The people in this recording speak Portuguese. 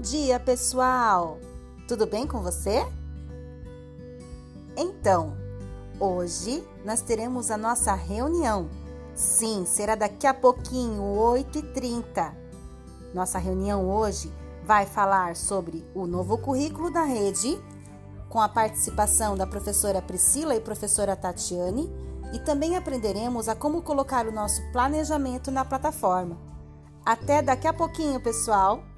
dia, pessoal! Tudo bem com você? Então, hoje nós teremos a nossa reunião. Sim, será daqui a pouquinho, 8h30. Nossa reunião hoje vai falar sobre o novo currículo da rede, com a participação da professora Priscila e professora Tatiane, e também aprenderemos a como colocar o nosso planejamento na plataforma. Até daqui a pouquinho, pessoal!